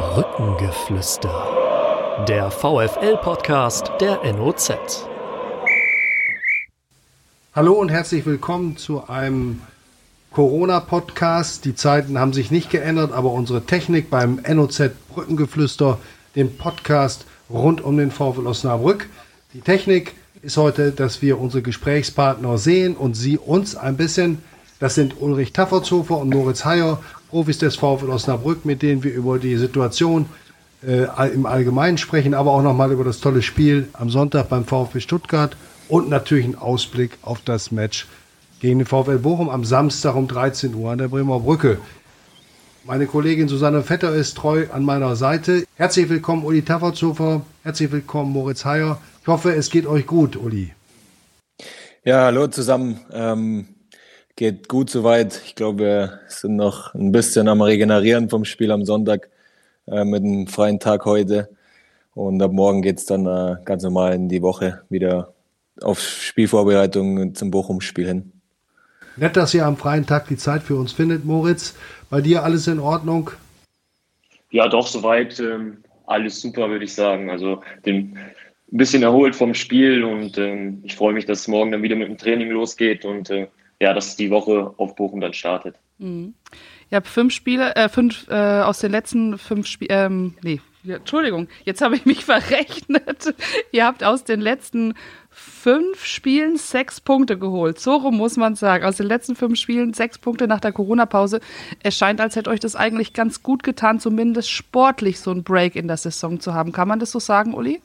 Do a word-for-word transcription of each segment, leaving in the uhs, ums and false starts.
Brückengeflüster, der VfL-Podcast der N O Z. Hallo und herzlich willkommen zu einem Corona-Podcast. Die Zeiten haben sich nicht geändert, aber unsere Technik beim N O Z Brückengeflüster, dem Podcast rund um den VfL Osnabrück. Die Technik ist heute, dass wir unsere Gesprächspartner sehen und sie uns ein bisschen. Das sind Ulrich Taffertshofer und Moritz Heyer, Profis des VfL Osnabrück, mit denen wir über die Situation äh, im Allgemeinen sprechen, aber auch nochmal über das tolle Spiel am Sonntag beim VfB Stuttgart und natürlich einen Ausblick auf das Match gegen den VfL Bochum am Samstag um dreizehn Uhr an der Bremer Brücke. Meine Kollegin Susanne Vetter ist treu an meiner Seite. Herzlich willkommen, Uli Taffertshofer. Herzlich willkommen, Moritz Heyer. Ich hoffe, es geht euch gut, Uli. Ja, hallo zusammen. Ähm, geht gut soweit. Ich glaube, wir sind noch ein bisschen am Regenerieren vom Spiel am Sonntag äh, mit einem freien Tag heute. Und ab morgen geht es dann äh, ganz normal in die Woche wieder auf Spielvorbereitung zum Bochum-Spiel hin. Nett, dass ihr am freien Tag die Zeit für uns findet, Moritz. Bei dir alles in Ordnung? Ja, doch, soweit ähm, alles super, würde ich sagen. Also bin ein bisschen erholt vom Spiel und ähm, ich freue mich, dass es morgen dann wieder mit dem Training losgeht und äh, ja, dass die Woche auf Bochum dann startet. Mhm. Ihr habt fünf Spiele, äh, fünf äh, aus den letzten fünf Spielen, ähm, nee, Entschuldigung, jetzt habe ich mich verrechnet. Ihr habt aus den letzten fünf Spielen sechs Punkte geholt. So rum muss man sagen. Aus den letzten fünf Spielen sechs Punkte nach der Corona-Pause. Es scheint, als hätte euch das eigentlich ganz gut getan, zumindest sportlich so einen Break in der Saison zu haben. Kann man das so sagen, Uli?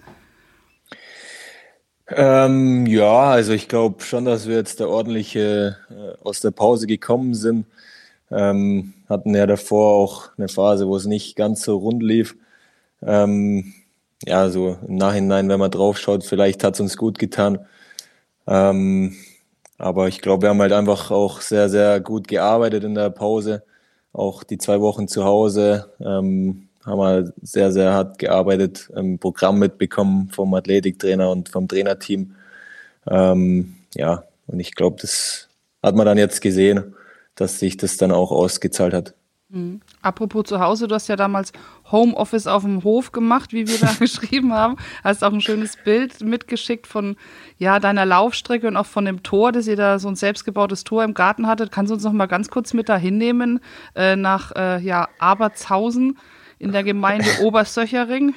Ähm, ja, also ich glaube schon, dass wir jetzt da ordentlich äh, aus der Pause gekommen sind. Ähm, hatten ja davor auch eine Phase, wo es nicht ganz so rund lief. Ähm, ja, so im Nachhinein, wenn man drauf schaut, vielleicht hat es uns gut getan. Ähm, aber ich glaube, wir haben halt einfach auch sehr, sehr gut gearbeitet in der Pause. Auch die zwei Wochen zu Hause ähm, haben wir sehr, sehr hart gearbeitet, ein Programm mitbekommen vom Athletiktrainer und vom Trainerteam. Ähm, ja, und ich glaube, das hat man dann jetzt gesehen, dass sich das dann auch ausgezahlt hat. Mhm. Apropos zu Hause, du hast ja damals Homeoffice auf dem Hof gemacht, wie wir da geschrieben haben. Hast auch ein schönes Bild mitgeschickt von ja, deiner Laufstrecke und auch von dem Tor, dass ihr da so ein selbstgebautes Tor im Garten hattet. Kannst du uns noch mal ganz kurz mit da hinnehmen äh, nach äh, ja, Abertshausen in der Gemeinde Obersöchering?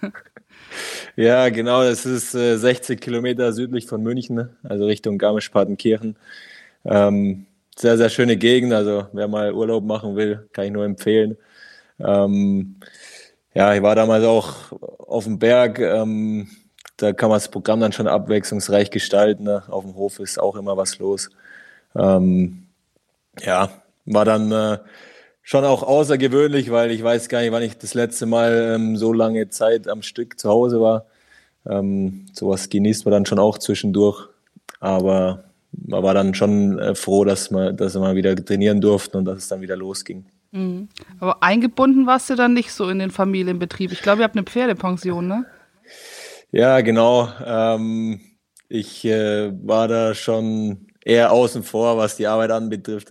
Ja, genau, das ist äh, sechzig Kilometer südlich von München, also Richtung Garmisch-Partenkirchen. Ähm, sehr, sehr schöne Gegend, also wer mal Urlaub machen will, kann ich nur empfehlen. Ähm, ja, ich war damals auch auf dem Berg, ähm, da kann man das Programm dann schon abwechslungsreich gestalten, ne? Auf dem Hof ist auch immer was los. Ähm, ja, war dann äh, schon auch außergewöhnlich, weil ich weiß gar nicht, wann ich das letzte Mal ähm, so lange Zeit am Stück zu Hause war. Ähm, sowas genießt man dann schon auch zwischendurch, aber man war dann schon äh, froh, dass wir, dass wir mal wieder trainieren durften und dass es dann wieder losging. Mhm. Aber eingebunden warst du dann nicht so in den Familienbetrieb. Ich glaube, ihr habt eine Pferdepension, ne? Ja, genau. Ähm, ich äh, war da schon eher außen vor, was die Arbeit anbetrifft.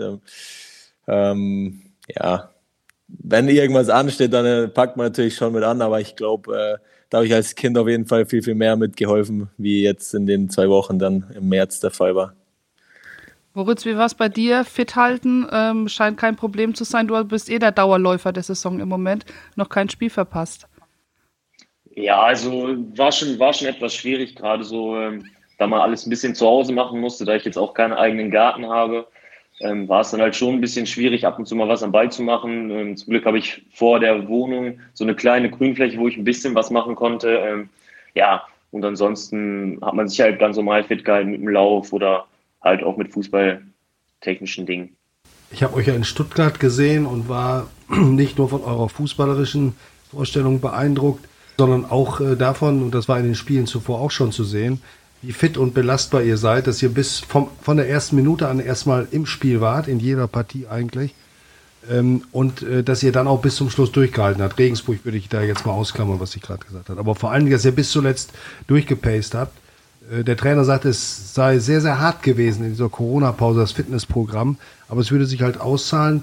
Ähm, ja, wenn irgendwas ansteht, dann äh, packt man natürlich schon mit an, aber ich glaube, äh, da habe ich als Kind auf jeden Fall viel, viel mehr mitgeholfen, wie jetzt in den zwei Wochen dann im März der Fall war. Moritz, wie war es bei dir? Fit halten ähm, scheint kein Problem zu sein. Du bist eh der Dauerläufer der Saison im Moment. Noch kein Spiel verpasst. Ja, also war schon, war schon etwas schwierig, gerade so, ähm, da man alles ein bisschen zu Hause machen musste, da ich jetzt auch keinen eigenen Garten habe, ähm, war es dann halt schon ein bisschen schwierig, ab und zu mal was am Ball zu machen. Ähm, zum Glück habe ich vor der Wohnung so eine kleine Grünfläche, wo ich ein bisschen was machen konnte. Ähm, ja, und ansonsten hat man sich halt ganz normal fit gehalten mit dem Lauf oder halt auch mit fußballtechnischen Dingen. Ich habe euch ja in Stuttgart gesehen und war nicht nur von eurer fußballerischen Vorstellung beeindruckt, sondern auch äh, davon, und das war in den Spielen zuvor auch schon zu sehen, wie fit und belastbar ihr seid, dass ihr bis vom, von der ersten Minute an erstmal im Spiel wart, in jeder Partie eigentlich, ähm, und äh, dass ihr dann auch bis zum Schluss durchgehalten habt. Regensburg würde ich da jetzt mal ausklammern, was ich gerade gesagt habe. Aber vor allen Dingen, dass ihr bis zuletzt durchgepaced habt. Der Trainer sagt, es sei sehr, sehr hart gewesen in dieser Corona-Pause, das Fitnessprogramm, aber es würde sich halt auszahlen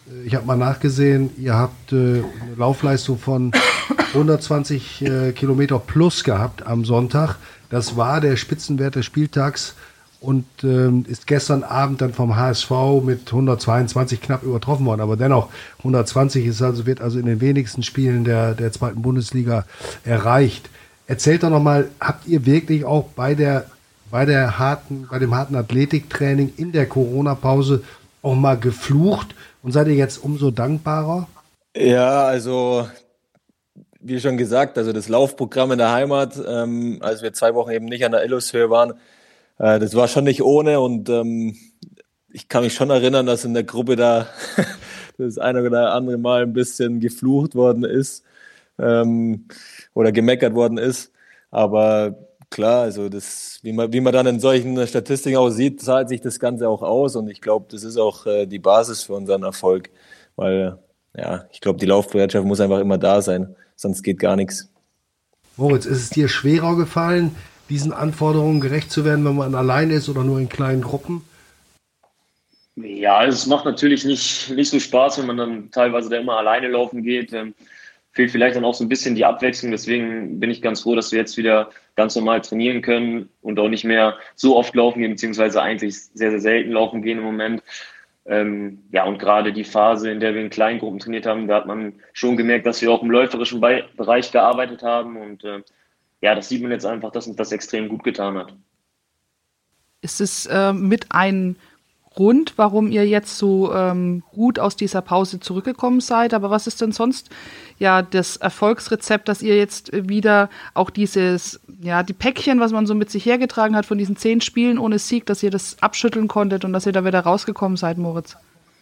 Ich habe mal nachgesehen, ihr habt äh, eine Laufleistung von hundertzwanzig äh, Kilometer plus gehabt am Sonntag. Das war der Spitzenwert des Spieltags und ähm, ist gestern Abend dann vom H S V mit hundertzweiundzwanzig knapp übertroffen worden. Aber dennoch, hundertzwanzig ist also, wird also in den wenigsten Spielen der, der zweiten Bundesliga erreicht. Erzählt doch nochmal, habt ihr wirklich auch bei der, bei der harten, bei dem harten Athletiktraining in der Corona-Pause auch mal geflucht und seid ihr jetzt umso dankbarer? Ja, also wie schon gesagt, also das Laufprogramm in der Heimat, ähm, als wir zwei Wochen eben nicht an der Illushöhe waren, äh, das war schon nicht ohne und ähm, ich kann mich schon erinnern, dass in der Gruppe da das eine oder andere Mal ein bisschen geflucht worden ist ähm, oder gemeckert worden ist, aber klar, also das, wie man, wie man dann in solchen Statistiken auch sieht, zahlt sich das Ganze auch aus und ich glaube, das ist auch äh, die Basis für unseren Erfolg, weil ja, ich glaube, die Laufbereitschaft muss einfach immer da sein, sonst geht gar nichts. Moritz, ist es dir schwerer gefallen, diesen Anforderungen gerecht zu werden, wenn man allein ist oder nur in kleinen Gruppen? Ja, es macht natürlich nicht, nicht so Spaß, wenn man dann teilweise da immer alleine laufen geht. Ähm, fehlt vielleicht dann auch so ein bisschen die Abwechslung. Deswegen bin ich ganz froh, dass wir jetzt wieder ganz normal trainieren können und auch nicht mehr so oft laufen gehen, beziehungsweise eigentlich sehr, sehr selten laufen gehen im Moment. Ähm, ja, und gerade die Phase, in der wir in kleinen Gruppen trainiert haben, da hat man schon gemerkt, dass wir auch im läuferischen Be- Bereich gearbeitet haben. Und äh, ja, das sieht man jetzt einfach, dass uns das extrem gut getan hat. Ist es äh, mit ein Grund, warum ihr jetzt so ähm, gut aus dieser Pause zurückgekommen seid? Aber was ist denn sonst ja das Erfolgsrezept, dass ihr jetzt wieder auch dieses, ja, die Päckchen, was man so mit sich hergetragen hat von diesen zehn Spielen ohne Sieg, dass ihr das abschütteln konntet und dass ihr da wieder rausgekommen seid, Moritz?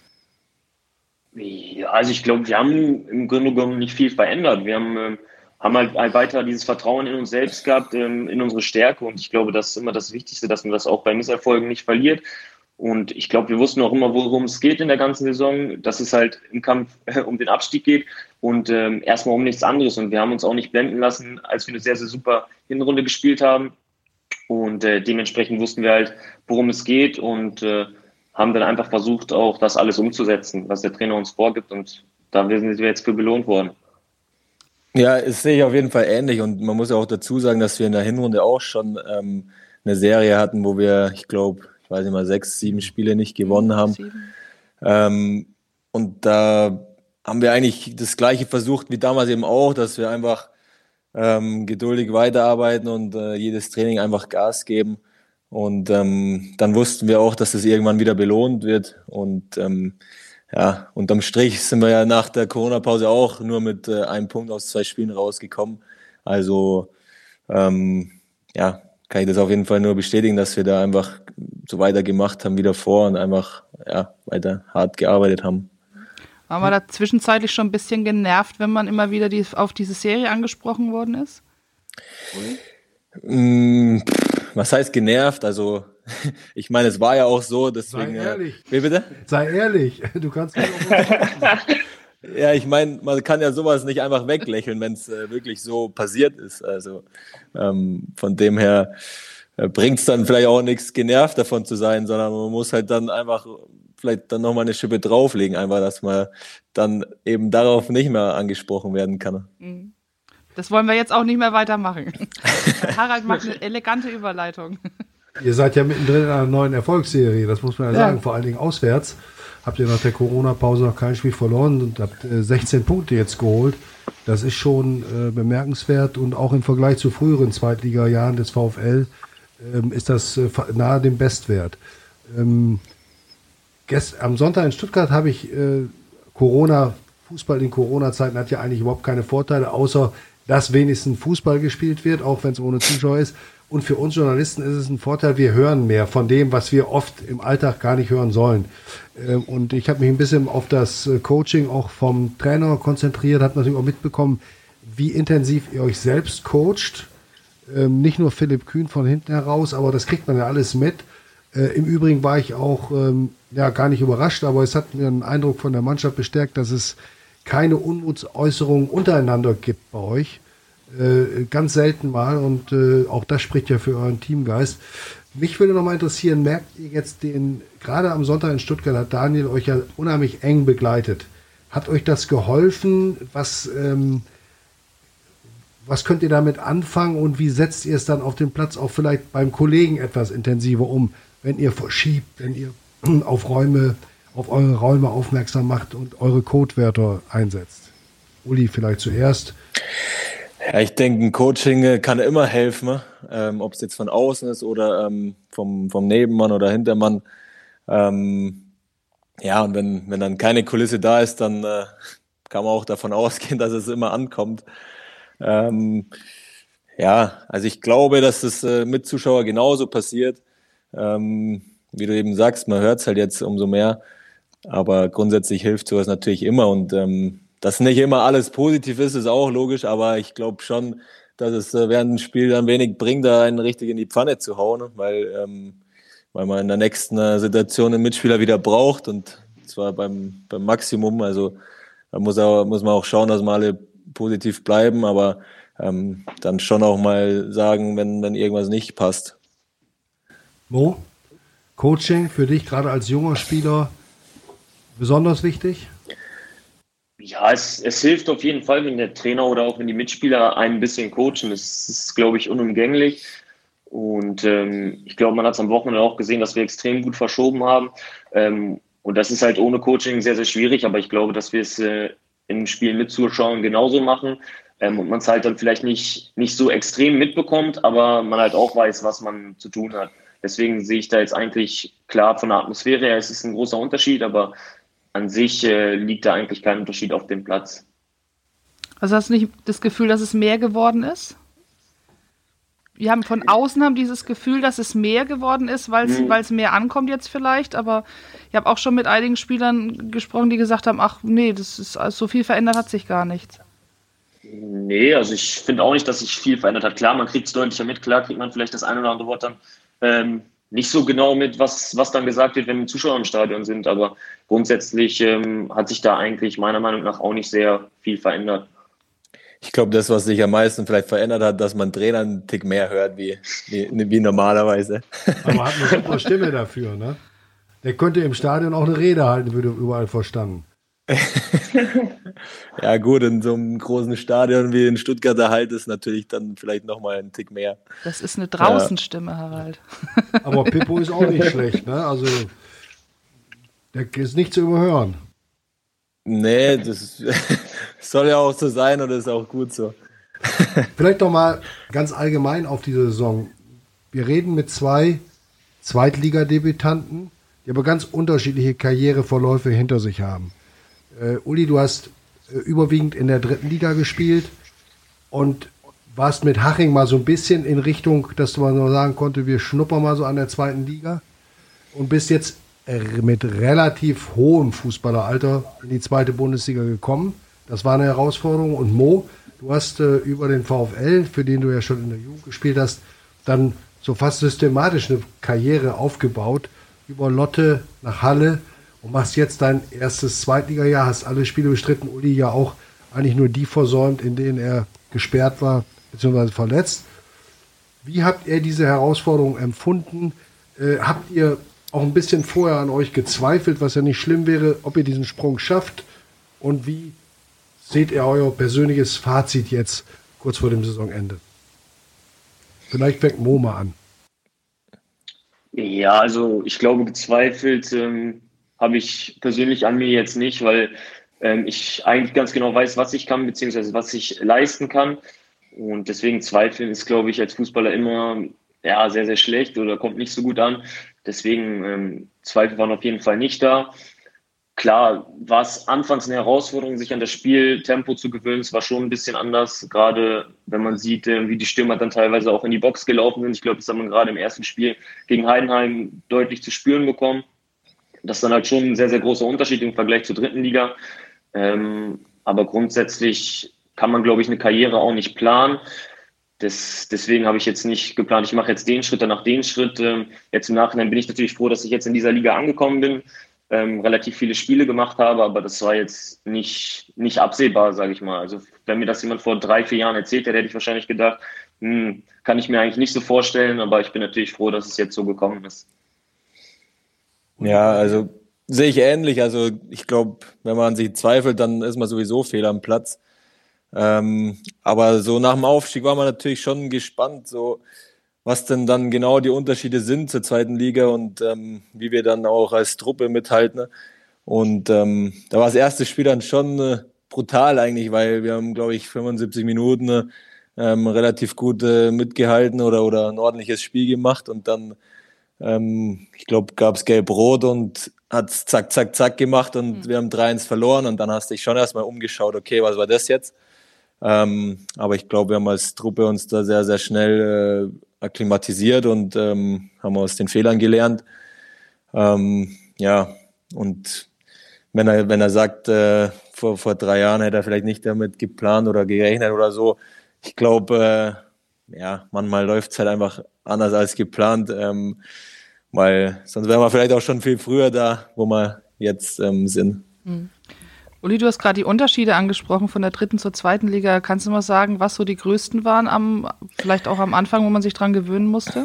Ja, also ich glaube, wir haben im Grunde genommen nicht viel verändert. Wir haben, ähm, haben halt weiter dieses Vertrauen in uns selbst gehabt, ähm, in unsere Stärke. Und ich glaube, das ist immer das Wichtigste, dass man das auch bei Misserfolgen nicht verliert. Und ich glaube, wir wussten auch immer, worum es geht in der ganzen Saison, dass es halt im Kampf äh, um den Abstieg geht und ähm, erstmal um nichts anderes. Und wir haben uns auch nicht blenden lassen, als wir eine sehr, sehr super Hinrunde gespielt haben. Und äh, dementsprechend wussten wir halt, worum es geht und äh, haben dann einfach versucht, auch das alles umzusetzen, was der Trainer uns vorgibt. Und da sind wir jetzt für belohnt worden. Ja, das sehe ich auf jeden Fall ähnlich. Und man muss ja auch dazu sagen, dass wir in der Hinrunde auch schon ähm, eine Serie hatten, wo wir, ich glaube, ich weiß nicht mal, sechs, sieben Spiele nicht gewonnen haben. Ähm, und da haben wir eigentlich das Gleiche versucht wie damals eben auch, dass wir einfach ähm, geduldig weiterarbeiten und äh, jedes Training einfach Gas geben. Und ähm, dann wussten wir auch, dass das irgendwann wieder belohnt wird. Und ähm, ja, unterm Strich sind wir ja nach der Corona-Pause auch nur mit äh, einem Punkt aus zwei Spielen rausgekommen. Also ähm, ja, kann ich das auf jeden Fall nur bestätigen, dass wir da einfach so weiter gemacht haben wie davor und einfach ja, weiter hart gearbeitet haben. War man da zwischenzeitlich schon ein bisschen genervt, wenn man immer wieder die, auf diese Serie angesprochen worden ist? Mm, was heißt genervt? Also ich meine, es war ja auch so, deswegen... Sei ehrlich. Äh, wie bitte? Sei ehrlich, du kannst nicht auf Ja, ich meine, man kann ja sowas nicht einfach weglächeln, wenn es äh, wirklich so passiert ist. Also ähm, von dem her äh, bringt es dann vielleicht auch nichts, genervt davon zu sein, sondern man muss halt dann einfach vielleicht dann nochmal eine Schippe drauflegen, einfach, dass man dann eben darauf nicht mehr angesprochen werden kann. Das wollen wir jetzt auch nicht mehr weitermachen. Harald macht eine elegante Überleitung. Ihr seid ja mittendrin in einer neuen Erfolgsserie, das muss man ja, Ja. sagen, vor allen Dingen auswärts. Habt ihr nach der Corona-Pause noch kein Spiel verloren und habt äh, sechzehn Punkte jetzt geholt. Das ist schon äh, bemerkenswert und auch im Vergleich zu früheren Zweitliga-Jahren des VfL ähm, ist das äh, nahe dem Bestwert. Ähm, gest- am Sonntag in Stuttgart habe ich äh, Corona, Fußball in Corona-Zeiten hat ja eigentlich überhaupt keine Vorteile, außer dass wenigstens Fußball gespielt wird, auch wenn es ohne Zuschauer ist. Und für uns Journalisten ist es ein Vorteil, wir hören mehr von dem, was wir oft im Alltag gar nicht hören sollen. Und ich habe mich ein bisschen auf das Coaching auch vom Trainer konzentriert, habe natürlich auch mitbekommen, wie intensiv ihr euch selbst coacht. Nicht nur Philipp Kühn von hinten heraus, aber das kriegt man ja alles mit. Im Übrigen war ich auch ja, gar nicht überrascht, aber es hat mir einen Eindruck von der Mannschaft bestärkt, dass es keine Unmutsäußerungen untereinander gibt bei euch. Äh, ganz selten mal und äh, auch das spricht ja für euren Teamgeist. Mich würde noch mal interessieren, merkt ihr jetzt den, gerade am Sonntag in Stuttgart hat Daniel euch ja unheimlich eng begleitet. Hat euch das geholfen? Was, ähm, was könnt ihr damit anfangen und wie setzt ihr es dann auf dem Platz auch vielleicht beim Kollegen etwas intensiver um, wenn ihr verschiebt, wenn ihr auf Räume, auf eure Räume aufmerksam macht und eure Codewörter einsetzt? Uli, vielleicht zuerst. Ja, ich denke, ein Coaching kann immer helfen, ähm, ob es jetzt von außen ist oder ähm, vom, vom Nebenmann oder Hintermann. Ähm, ja, und wenn, wenn dann keine Kulisse da ist, dann äh, kann man auch davon ausgehen, dass es immer ankommt. Ähm, ja, also ich glaube, dass das äh, mit Zuschauer genauso passiert. Ähm, wie du eben sagst, man hört es halt jetzt umso mehr. Aber grundsätzlich hilft sowas natürlich immer und ähm, dass nicht immer alles positiv ist, ist auch logisch, aber ich glaube schon, dass es äh, während dem Spiel dann wenig bringt, da einen richtig in die Pfanne zu hauen, weil, ähm, weil man in der nächsten äh, Situation einen Mitspieler wieder braucht und zwar beim, beim Maximum. Also da muss, auch, muss man auch schauen, dass wir alle positiv bleiben, aber ähm, dann schon auch mal sagen, wenn, wenn irgendwas nicht passt. Mo, Coaching für dich gerade als junger Spieler besonders wichtig? Ja, es, es hilft auf jeden Fall, wenn der Trainer oder auch wenn die Mitspieler einen ein bisschen coachen. Das ist, glaube ich, unumgänglich. Und ähm, ich glaube, man hat es am Wochenende auch gesehen, dass wir extrem gut verschoben haben. Ähm, und das ist halt ohne Coaching sehr, sehr schwierig. Aber ich glaube, dass wir es äh, in Spielen mit Zuschauern genauso machen. Ähm, und man es halt dann vielleicht nicht, nicht so extrem mitbekommt, aber man halt auch weiß, was man zu tun hat. Deswegen sehe ich da jetzt eigentlich klar von der Atmosphäre her, es ist ein großer Unterschied, aber an sich äh, liegt da eigentlich kein Unterschied auf dem Platz. Also hast du nicht das Gefühl, dass es mehr geworden ist? Wir haben von außen haben dieses Gefühl, dass es mehr geworden ist, weil es Hm. mehr ankommt jetzt vielleicht, aber ich habe auch schon mit einigen Spielern gesprochen, die gesagt haben, ach nee, das ist so viel verändert hat sich gar nichts. Nee, also ich finde auch nicht, dass sich viel verändert hat. Klar, man kriegt es deutlicher mit, klar kriegt man vielleicht das ein oder andere Wort dann ähm, nicht so genau mit, was, was dann gesagt wird, wenn Zuschauer im Stadion sind, aber grundsätzlich ähm, hat sich da eigentlich meiner Meinung nach auch nicht sehr viel verändert. Ich glaube, das, was sich am meisten vielleicht verändert hat, dass man Trainer einen Tick mehr hört, wie, wie, wie normalerweise. Aber hat eine super Stimme dafür, ne? Der könnte im Stadion auch eine Rede halten, würde überall verstanden. Ja gut, in so einem großen Stadion wie in Stuttgart, da halt es natürlich dann vielleicht nochmal einen Tick mehr. Das ist eine Draußenstimme, Harald. Aber Pippo ist auch nicht schlecht, ne? Also der ist nicht zu überhören. Nee, das soll ja auch so sein und ist auch gut so. Vielleicht noch mal ganz allgemein auf diese Saison. Wir reden mit zwei Zweitligadebütanten, die aber ganz unterschiedliche Karriereverläufe hinter sich haben. Äh, Uli, du hast äh, überwiegend in der dritten Liga gespielt und warst mit Haching mal so ein bisschen in Richtung, dass man so sagen konnte, wir schnuppern mal so an der zweiten Liga und bist jetzt äh, mit relativ hohem Fußballeralter in die zweite Bundesliga gekommen. Das war eine Herausforderung. Und Mo, du hast äh, über den VfL, für den du ja schon in der Jugend gespielt hast, dann so fast systematisch eine Karriere aufgebaut, über Lotte nach Halle und machst jetzt dein erstes Zweitligajahr, hast alle Spiele bestritten, Uli ja auch eigentlich nur die versäumt, in denen er gesperrt war bzw. verletzt. Wie habt ihr diese Herausforderung empfunden? Äh, habt ihr auch ein bisschen vorher an euch gezweifelt, was ja nicht schlimm wäre, ob ihr diesen Sprung schafft? Und wie seht ihr euer persönliches Fazit jetzt kurz vor dem Saisonende? Vielleicht fängt Mo mal an. Ja, also ich glaube, gezweifelt ähm, habe ich persönlich an mir jetzt nicht, weil ähm, ich eigentlich ganz genau weiß, was ich kann, beziehungsweise was ich leisten kann. Und deswegen zweifeln ist, glaube ich, als Fußballer immer ja, sehr, sehr schlecht oder kommt nicht so gut an. Deswegen ähm, Zweifel waren auf jeden Fall nicht da. Klar, war es anfangs eine Herausforderung, sich an das Spieltempo zu gewöhnen. Es war schon ein bisschen anders, gerade wenn man sieht, wie die Stürmer dann teilweise auch in die Box gelaufen sind. Ich glaube, das hat man gerade im ersten Spiel gegen Heidenheim deutlich zu spüren bekommen. Das ist dann halt schon ein sehr, sehr großer Unterschied im Vergleich zur dritten Liga. Ähm, aber grundsätzlich kann man, glaube ich, eine Karriere auch nicht planen. Das, deswegen habe ich jetzt nicht geplant, ich mache jetzt den Schritt, danach den Schritt. Ähm, jetzt im Nachhinein bin ich natürlich froh, dass ich jetzt in dieser Liga angekommen bin. Ähm, relativ viele Spiele gemacht habe, aber das war jetzt nicht, nicht absehbar, sage ich mal. Also wenn mir das jemand vor drei, vier Jahren erzählt hätte, hätte ich wahrscheinlich gedacht, hm, kann ich mir eigentlich nicht so vorstellen, aber ich bin natürlich froh, dass es jetzt so gekommen ist. Ja, also sehe ich ähnlich. Also ich glaube, wenn man an sich zweifelt, dann ist man sowieso fehl am Platz. Ähm, aber so nach dem Aufstieg war man natürlich schon gespannt, so was denn dann genau die Unterschiede sind zur zweiten Liga und ähm, wie wir dann auch als Truppe mithalten. Und ähm, da war das erste Spiel dann schon äh, brutal eigentlich, weil wir haben, glaube ich, fünfundsiebzig Minuten ähm, relativ gut äh, mitgehalten oder, oder ein ordentliches Spiel gemacht und dann Ähm, ich glaube, gab es Gelb-Rot und hat es zack, zack, zack gemacht und mhm. wir haben drei eins verloren und dann hast du dich schon erstmal umgeschaut, okay, was war das jetzt? Ähm, aber ich glaube, wir haben als Truppe uns da sehr, sehr schnell äh, akklimatisiert und ähm, haben aus den Fehlern gelernt. Ähm, ja, und wenn er, wenn er sagt, äh, vor, vor drei Jahren hätte er vielleicht nicht damit geplant oder gerechnet oder so, ich glaube, äh, ja, manchmal läuft es halt einfach anders als geplant, ähm, weil sonst wären wir vielleicht auch schon viel früher da, wo wir jetzt ähm, sind. Mhm. Uli, du hast gerade die Unterschiede angesprochen von der dritten zur zweiten Liga. Kannst du mal sagen, was so die größten waren, am, vielleicht auch am Anfang, wo man sich dran gewöhnen musste?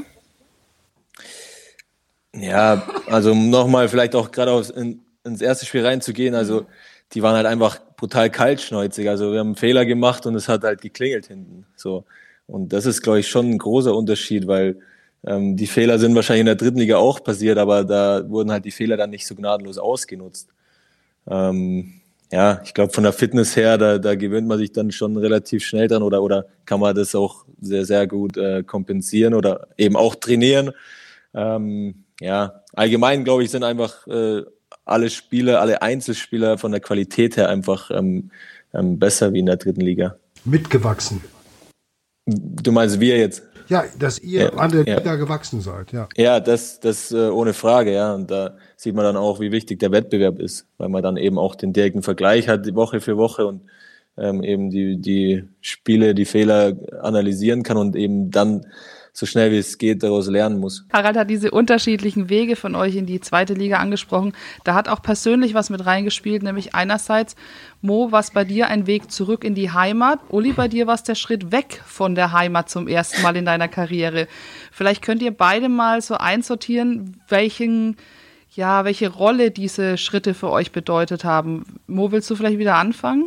Ja, also nochmal vielleicht auch gerade in, ins erste Spiel reinzugehen, also die waren halt einfach brutal kaltschnäuzig. Also wir haben einen Fehler gemacht und es hat halt geklingelt hinten. So. Und das ist, glaube ich, schon ein großer Unterschied, weil ähm, die Fehler sind wahrscheinlich in der dritten Liga auch passiert, aber da wurden halt die Fehler dann nicht so gnadenlos ausgenutzt. Ähm, ja, ich glaube, von der Fitness her, da, da gewöhnt man sich dann schon relativ schnell dran oder, oder kann man das auch sehr, sehr gut äh, kompensieren oder eben auch trainieren. Ähm, ja, allgemein, glaube ich, sind einfach äh, alle Spieler, alle Einzelspieler von der Qualität her einfach ähm, ähm, besser wie in der dritten Liga. Mitgewachsen. Du meinst wir jetzt? Ja, dass ihr ja, an der ja. Liga gewachsen seid, ja. Ja, das, das äh, ohne Frage, ja. Und da sieht man dann auch, wie wichtig der Wettbewerb ist, weil man dann eben auch den direkten Vergleich hat, Woche für Woche und ähm, eben die, die Spiele, die Fehler analysieren kann und eben dann so schnell wie es geht daraus lernen muss. Harald hat diese unterschiedlichen Wege von euch in die zweite Liga angesprochen. Da hat auch persönlich was mit reingespielt, nämlich einerseits, Mo, war es bei dir ein Weg zurück in die Heimat. Uli, bei dir war es der Schritt weg von der Heimat zum ersten Mal in deiner Karriere. Vielleicht könnt ihr beide mal so einsortieren, welchen, ja, welche Rolle diese Schritte für euch bedeutet haben. Mo, willst du vielleicht wieder anfangen?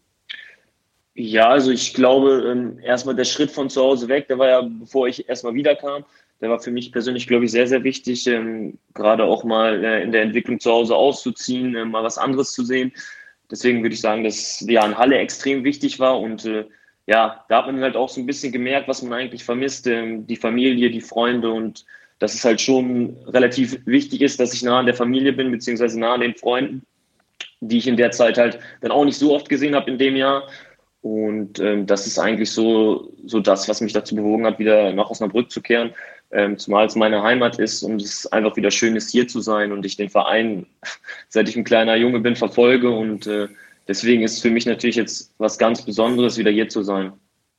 Ja, also ich glaube, ähm, erstmal der Schritt von zu Hause weg, der war ja, bevor ich erstmal wiederkam, der war für mich persönlich, glaube ich, sehr, sehr wichtig, ähm, gerade auch mal äh, in der Entwicklung zu Hause auszuziehen, äh, mal was anderes zu sehen. Deswegen würde ich sagen, dass ja in Halle extrem wichtig war und äh, ja, da hat man halt auch so ein bisschen gemerkt, was man eigentlich vermisst, ähm, die Familie, die Freunde und dass es halt schon relativ wichtig ist, dass ich nah an der Familie bin, beziehungsweise nah an den Freunden, die ich in der Zeit halt dann auch nicht so oft gesehen habe in dem Jahr. Und ähm, das ist eigentlich so, so das, was mich dazu bewogen hat, wieder nach Osnabrück zu kehren, ähm, zumal es meine Heimat ist und es einfach wieder schön ist, hier zu sein und ich den Verein, seit ich ein kleiner Junge bin, verfolge und äh, deswegen ist es für mich natürlich jetzt was ganz Besonderes, wieder hier zu sein.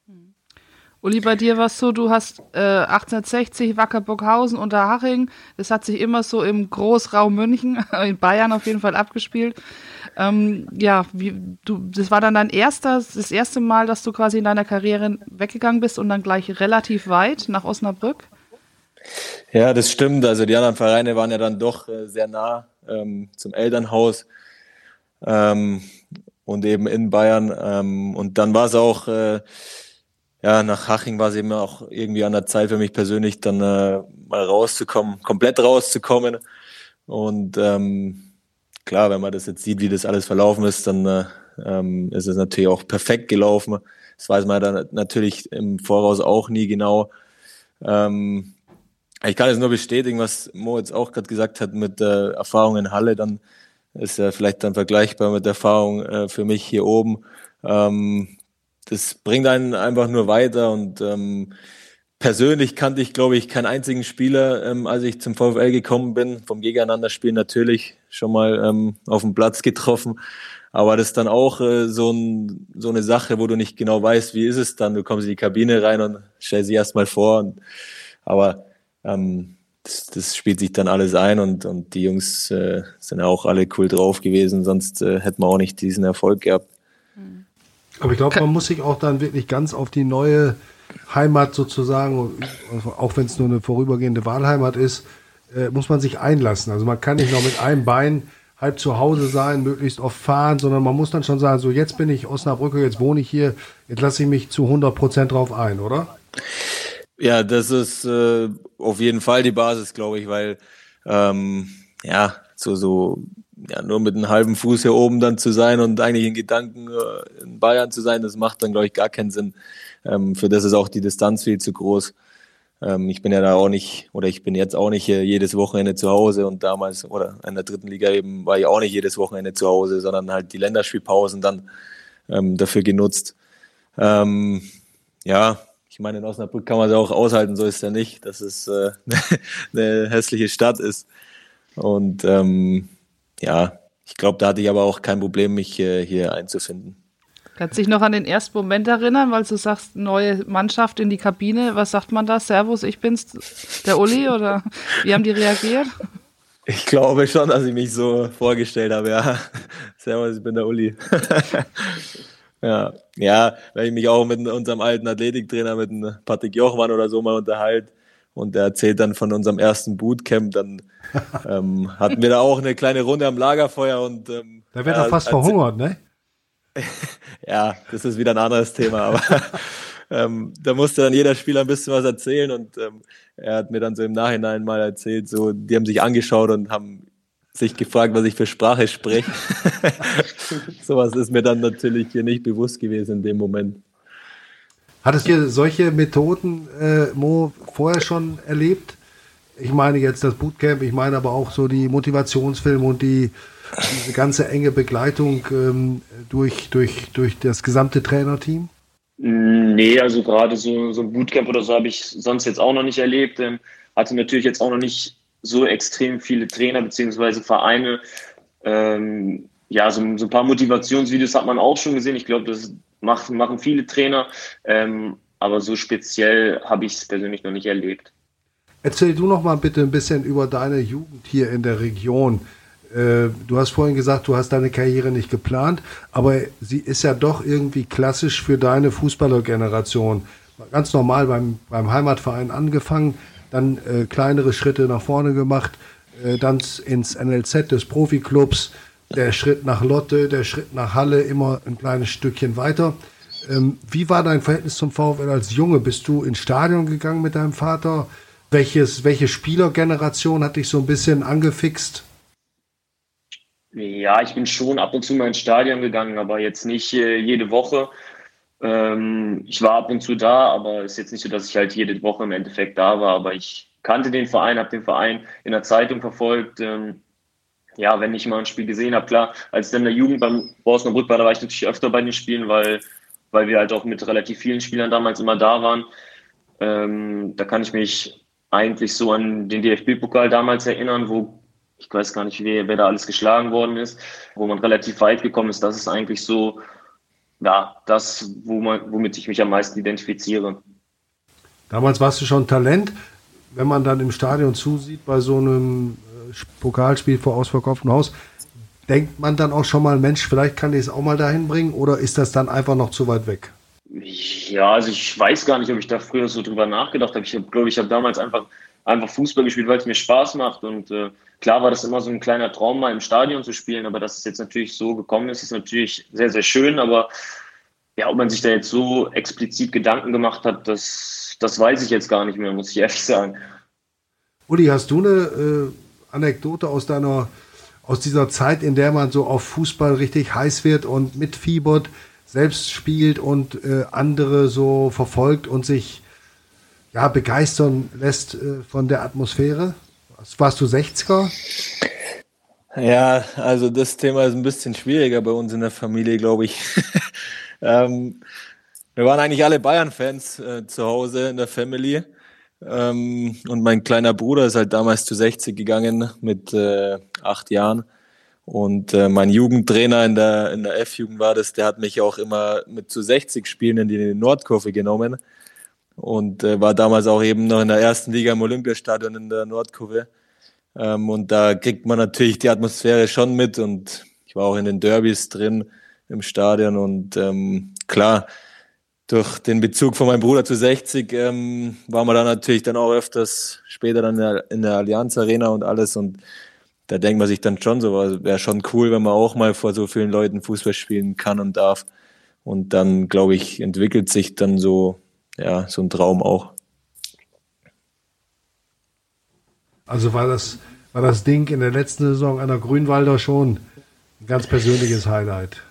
Uli, bei dir war es so, du hast äh, achtzehnhundertsechzig Wacker Burghausen, Unterhaching, das hat sich immer so im Großraum München, in Bayern auf jeden Fall abgespielt. Ähm, ja, wie, du, das war dann dein erster, das erste Mal, dass du quasi in deiner Karriere weggegangen bist und dann gleich relativ weit nach Osnabrück? Ja, das stimmt. Also die anderen Vereine waren ja dann doch äh, sehr nah ähm, zum Elternhaus ähm, und eben in Bayern. Ähm, und dann war es auch, äh, ja, nach Haching war es eben auch irgendwie an der Zeit für mich persönlich, dann äh, mal rauszukommen, komplett rauszukommen. Und ähm, klar, wenn man das jetzt sieht, wie das alles verlaufen ist, dann äh, ähm, ist es natürlich auch perfekt gelaufen. Das weiß man dann natürlich im Voraus auch nie genau. Ähm, ich kann es nur bestätigen, was Mo jetzt auch gerade gesagt hat mit der Erfahrung in Halle, dann ist ja vielleicht dann vergleichbar mit der Erfahrung äh, für mich hier oben. Ähm, das bringt einen einfach nur weiter und ähm, persönlich kannte ich, glaube ich, keinen einzigen Spieler, ähm, als ich zum VfL gekommen bin. Vom Gegeneinanderspielen natürlich schon mal ähm, auf dem Platz getroffen. Aber das ist dann auch äh, so, ein, so eine Sache, wo du nicht genau weißt, wie ist es dann. Du kommst in die Kabine rein und stellst sie erstmal vor. Und, aber ähm, das, das spielt sich dann alles ein und, und die Jungs äh, sind ja auch alle cool drauf gewesen. Sonst äh, hätten wir auch nicht diesen Erfolg gehabt. Aber ich glaube, man muss sich auch dann wirklich ganz auf die neue Heimat sozusagen, auch wenn es nur eine vorübergehende Wahlheimat ist, äh, muss man sich einlassen. Also man kann nicht noch mit einem Bein halb zu Hause sein, möglichst oft fahren, sondern man muss dann schon sagen, so jetzt bin ich Osnabrücker, jetzt wohne ich hier, jetzt lasse ich mich zu hundert Prozent drauf ein, oder? Ja, das ist äh, auf jeden Fall die Basis, glaube ich, weil ähm, ja, so, so ja, nur mit einem halben Fuß hier oben dann zu sein und eigentlich in Gedanken äh, in Bayern zu sein, das macht dann, glaube ich, gar keinen Sinn. Ähm, für das ist auch die Distanz viel zu groß. Ähm, ich bin ja da auch nicht, oder ich bin jetzt auch nicht äh, jedes Wochenende zu Hause und damals, oder in der dritten Liga eben, war ich auch nicht jedes Wochenende zu Hause, sondern halt die Länderspielpausen dann ähm, dafür genutzt. Ähm, ja, ich meine, in Osnabrück kann man es auch aushalten, so ist es ja nicht, dass es äh, eine hässliche Stadt ist. Und ähm, ja, ich glaube, da hatte ich aber auch kein Problem, mich äh, hier einzufinden. Kannst du dich noch an den ersten Moment erinnern, weil du sagst, neue Mannschaft in die Kabine, was sagt man da? Servus, ich bin's, der Uli, oder wie haben die reagiert? Ich glaube schon, dass ich mich so vorgestellt habe, ja. Servus, ich bin der Uli. Ja, ja, wenn ich mich auch mit unserem alten Athletiktrainer, mit dem Patrick Jochmann oder so mal unterhalte und der erzählt dann von unserem ersten Bootcamp, dann ähm, hatten wir da auch eine kleine Runde am Lagerfeuer und ähm, da wird ja, er fast verhungert, ne? Ja, das ist wieder ein anderes Thema, aber ähm, da musste dann jeder Spieler ein bisschen was erzählen und ähm, er hat mir dann so im Nachhinein mal erzählt, so, die haben sich angeschaut und haben sich gefragt, was ich für Sprache spreche. Sowas ist mir dann natürlich hier nicht bewusst gewesen in dem Moment. Hattest du solche Methoden, äh, Mo, vorher schon erlebt? Ich meine jetzt das Bootcamp, ich meine aber auch so die Motivationsfilme und die diese ganze enge Begleitung ähm, durch, durch, durch das gesamte Trainerteam? Nee, also gerade so, so ein Bootcamp oder so habe ich sonst jetzt auch noch nicht erlebt. Ähm, hatte natürlich jetzt auch noch nicht so extrem viele Trainer beziehungsweise Vereine. Ähm, ja, so, so ein paar Motivationsvideos hat man auch schon gesehen. Ich glaube, das macht, machen viele Trainer. Ähm, aber so speziell habe ich es persönlich noch nicht erlebt. Erzähl du noch mal bitte ein bisschen über deine Jugend hier in der Region. Du hast vorhin gesagt, du hast deine Karriere nicht geplant, aber sie ist ja doch irgendwie klassisch für deine Fußballergeneration. Ganz normal beim, beim Heimatverein angefangen, dann äh, kleinere Schritte nach vorne gemacht, äh, dann ins N L Z des Profiklubs, der Schritt nach Lotte, der Schritt nach Halle, immer ein kleines Stückchen weiter. Ähm, wie war dein Verhältnis zum VfL als Junge? Bist du ins Stadion gegangen mit deinem Vater? Welches, welche Spielergeneration hat dich so ein bisschen angefixt? Ja, ich bin schon ab und zu mal ins Stadion gegangen, aber jetzt nicht äh, jede Woche. Ähm, ich war ab und zu da, aber es ist jetzt nicht so, dass ich halt jede Woche im Endeffekt da war. Aber ich kannte den Verein, habe den Verein in der Zeitung verfolgt. Ähm, ja, wenn ich mal ein Spiel gesehen habe, klar, als ich dann in der Jugend beim Osnabrück war, da war ich natürlich öfter bei den Spielen, weil, weil wir halt auch mit relativ vielen Spielern damals immer da waren. Ähm, da kann ich mich eigentlich so an den D F B-Pokal damals erinnern, wo ich weiß gar nicht, wer, wer da alles geschlagen worden ist, wo man relativ weit gekommen ist. Das ist eigentlich so, ja, das, wo man, womit ich mich am meisten identifiziere. Damals warst du schon Talent. Wenn man dann im Stadion zusieht bei so einem Pokalspiel vor ausverkauftem Haus, denkt man dann auch schon mal, Mensch, vielleicht kann ich es auch mal dahin bringen, oder ist das dann einfach noch zu weit weg? Ja, also ich weiß gar nicht, ob ich da früher so drüber nachgedacht habe. Ich glaube, ich habe damals einfach, einfach Fußball gespielt, weil es mir Spaß macht und äh, klar war das immer so ein kleiner Traum, mal im Stadion zu spielen, aber dass es jetzt natürlich so gekommen ist, ist natürlich sehr, sehr schön, aber ja, ob man sich da jetzt so explizit Gedanken gemacht hat, das, das weiß ich jetzt gar nicht mehr, muss ich ehrlich sagen. Uli, hast du eine äh, Anekdote aus deiner, aus dieser Zeit, in der man so auf Fußball richtig heiß wird und mitfiebert, selbst spielt und äh, andere so verfolgt und sich ja, begeistern lässt äh, von der Atmosphäre? Warst du sechziger? Ja, also das Thema ist ein bisschen schwieriger bei uns in der Familie, glaube ich. ähm, wir waren eigentlich alle Bayern-Fans äh, zu Hause in der Family. Ähm, und mein kleiner Bruder ist halt damals zu sechzig gegangen mit äh, acht Jahren. Und äh, mein Jugendtrainer in der, in der F-Jugend war das, der hat mich auch immer mit zu sechzig Spielen in die Nordkurve genommen. Und äh, war damals auch eben noch in der ersten Liga im Olympiastadion in der Nordkurve. Ähm, und da kriegt man natürlich die Atmosphäre schon mit. Und ich war auch in den Derbys drin im Stadion. Und ähm, klar, durch den Bezug von meinem Bruder zu sechzig ähm, waren wir dann natürlich dann auch öfters später dann in der, in der Allianz Arena und alles. Und da denkt man sich dann schon so, also wäre schon cool, wenn man auch mal vor so vielen Leuten Fußball spielen kann und darf. Und dann, glaube ich, entwickelt sich dann so, ja, so ein Traum auch. Also war das, war das Ding in der letzten Saison an der Grünwalder schon ein ganz persönliches Highlight?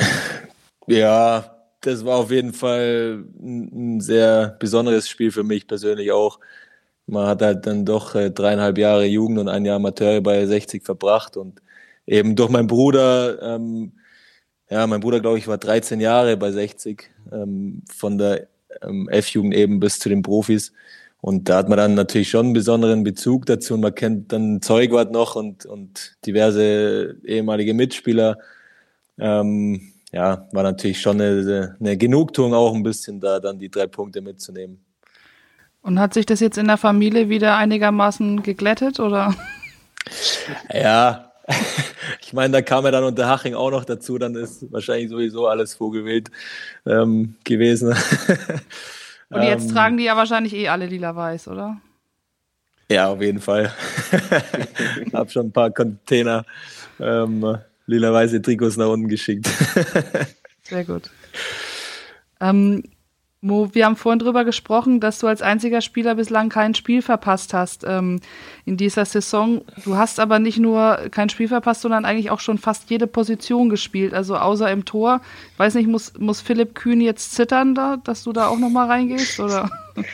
Ja, das war auf jeden Fall ein, ein sehr besonderes Spiel für mich persönlich auch. Man hat halt dann doch äh, dreieinhalb Jahre Jugend und ein Jahr Amateur bei sechzig verbracht und eben durch meinen Bruder, ähm, ja, mein Bruder, glaube ich, war dreizehn Jahre bei sechzig, ähm, von der ähm, F-Jugend eben bis zu den Profis. Und da hat man dann natürlich schon einen besonderen Bezug dazu und man kennt dann Zeugwart noch und, und diverse ehemalige Mitspieler. Ähm, ja, war natürlich schon eine, eine Genugtuung auch ein bisschen da, dann die drei Punkte mitzunehmen. Und hat sich das jetzt in der Familie wieder einigermaßen geglättet, oder? Ja, ich meine, da kam ja dann Unterhaching auch noch dazu, dann ist wahrscheinlich sowieso alles vogelwild ähm, gewesen. Und jetzt ähm, tragen die ja wahrscheinlich eh alle lila-weiß, oder? Ja, auf jeden Fall. Ich habe schon ein paar Container ähm, lila-weiße Trikots nach unten geschickt. Sehr gut. Ähm, Mo, wir haben vorhin drüber gesprochen, dass du als einziger Spieler bislang kein Spiel verpasst hast ähm, in dieser Saison. Du hast aber nicht nur kein Spiel verpasst, sondern eigentlich auch schon fast jede Position gespielt, also außer im Tor. Ich weiß nicht, muss, muss Philipp Kühn jetzt zittern, da, dass du da auch nochmal reingehst, oder?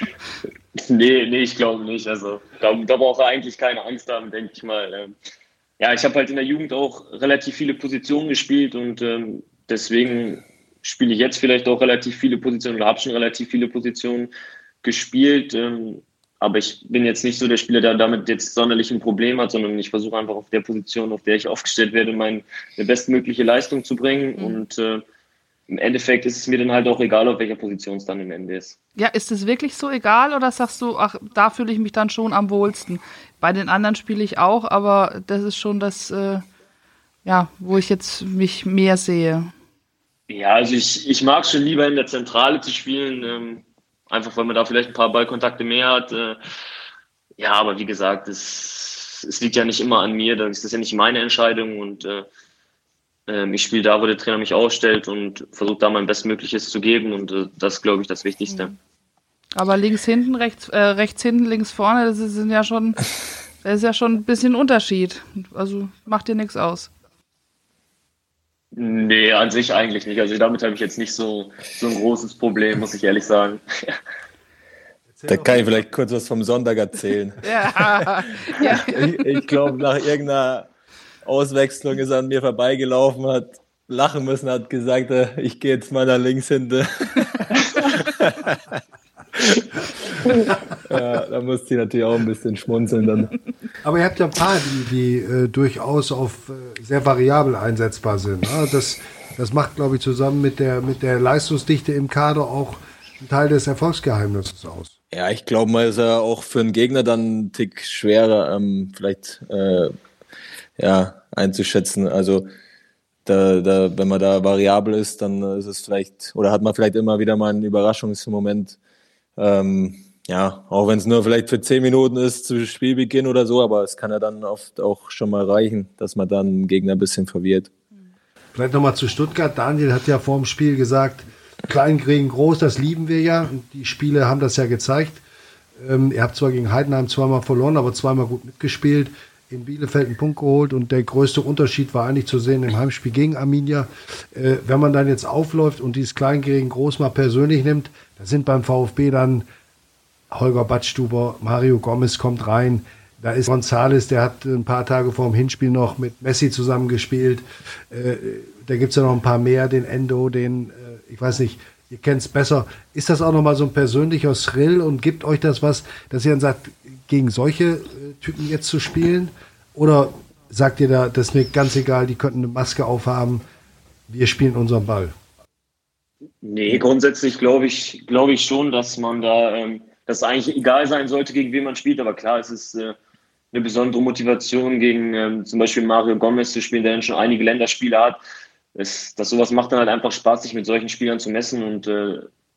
Nee, nee, ich glaube nicht. Also da, da braucht er eigentlich keine Angst haben, denke ich mal. Ähm, ja, ich habe halt in der Jugend auch relativ viele Positionen gespielt und ähm, deswegen spiele ich jetzt vielleicht auch relativ viele Positionen oder habe schon relativ viele Positionen gespielt. Ähm, aber ich bin jetzt nicht so der Spieler, der damit jetzt sonderlich ein Problem hat, sondern ich versuche einfach auf der Position, auf der ich aufgestellt werde, meine bestmögliche Leistung zu bringen. Mhm. Und äh, im Endeffekt ist es mir dann halt auch egal, auf welcher Position es dann am Ende ist. Ja, ist es wirklich so egal oder sagst du, ach, da fühle ich mich dann schon am wohlsten? Bei den anderen spiele ich auch, aber das ist schon das, äh, ja, wo ich jetzt mich mehr sehe. Ja, also ich, ich mag es schon lieber in der Zentrale zu spielen, ähm, einfach weil man da vielleicht ein paar Ballkontakte mehr hat. Äh, ja, aber wie gesagt, es, es liegt ja nicht immer an mir, das ist ja nicht meine Entscheidung und äh, äh, ich spiele da, wo der Trainer mich aufstellt und versuche da mein Bestmögliches zu geben und äh, das ist, glaube ich, das Wichtigste. Aber links hinten, rechts, äh, rechts hinten, links vorne, das ist ja schon, das ist ja schon ein bisschen Unterschied. Also macht dir nichts aus. Nee, an sich eigentlich nicht. Also damit habe ich jetzt nicht so, so ein großes Problem, muss ich ehrlich sagen. Da kann ich vielleicht kurz was vom Sonntag erzählen. Ja. Ja. Ich, ich glaube, nach irgendeiner Auswechslung ist er an mir vorbeigelaufen, hat lachen müssen, hat gesagt, ich gehe jetzt mal nach links hinten. Ja, da musste ich natürlich auch ein bisschen schmunzeln dann. Aber ihr habt ja ein paar, die, die äh, durchaus auf äh, sehr variabel einsetzbar sind. Ne? Das, das macht, glaube ich, zusammen mit der, mit der Leistungsdichte im Kader auch einen Teil des Erfolgsgeheimnisses aus. Ja, ich glaube mal, ist er auch für einen Gegner dann einen Tick schwerer, ähm, vielleicht äh, ja, einzuschätzen. Also da, da, wenn man da variabel ist, dann ist es vielleicht, oder hat man vielleicht immer wieder mal einen Überraschungsmoment. Ähm, ja, auch wenn es nur vielleicht für zehn Minuten ist zu Spielbeginn oder so, aber es kann ja dann oft auch schon mal reichen, dass man dann den Gegner ein bisschen verwirrt. Vielleicht nochmal zu Stuttgart. Daniel hat ja vor dem Spiel gesagt, klein gegen groß, das lieben wir ja. Und die Spiele haben das ja gezeigt. Ähm, ihr habt zwar gegen Heidenheim zweimal verloren, aber zweimal gut mitgespielt. In Bielefeld einen Punkt geholt und der größte Unterschied war eigentlich zu sehen im Heimspiel gegen Arminia. Äh, wenn man dann jetzt aufläuft und dieses Klein gegen Groß mal persönlich nimmt, da sind beim VfB dann Holger Badstuber, Mario Gomez kommt rein, da ist González, der hat ein paar Tage vor dem Hinspiel noch mit Messi zusammengespielt. Äh, da gibt es ja noch ein paar mehr, den Endo, den, äh, ich weiß nicht, ihr kennt es besser. Ist das auch nochmal so ein persönlicher Thrill und gibt euch das was, dass ihr dann sagt, gegen solche äh, Typen jetzt zu spielen? Oder sagt ihr da, das ist mir ganz egal, die könnten eine Maske aufhaben, wir spielen unseren Ball? Nee, grundsätzlich glaube ich, glaube ich schon, dass man da, ähm, dass es eigentlich egal sein sollte, gegen wen man spielt. Aber klar, es ist äh, eine besondere Motivation, gegen ähm, zum Beispiel Mario Gomez zu spielen, der dann schon einige Länderspiele hat. Es, das sowas macht dann halt einfach Spaß, sich mit solchen Spielern zu messen. Und äh,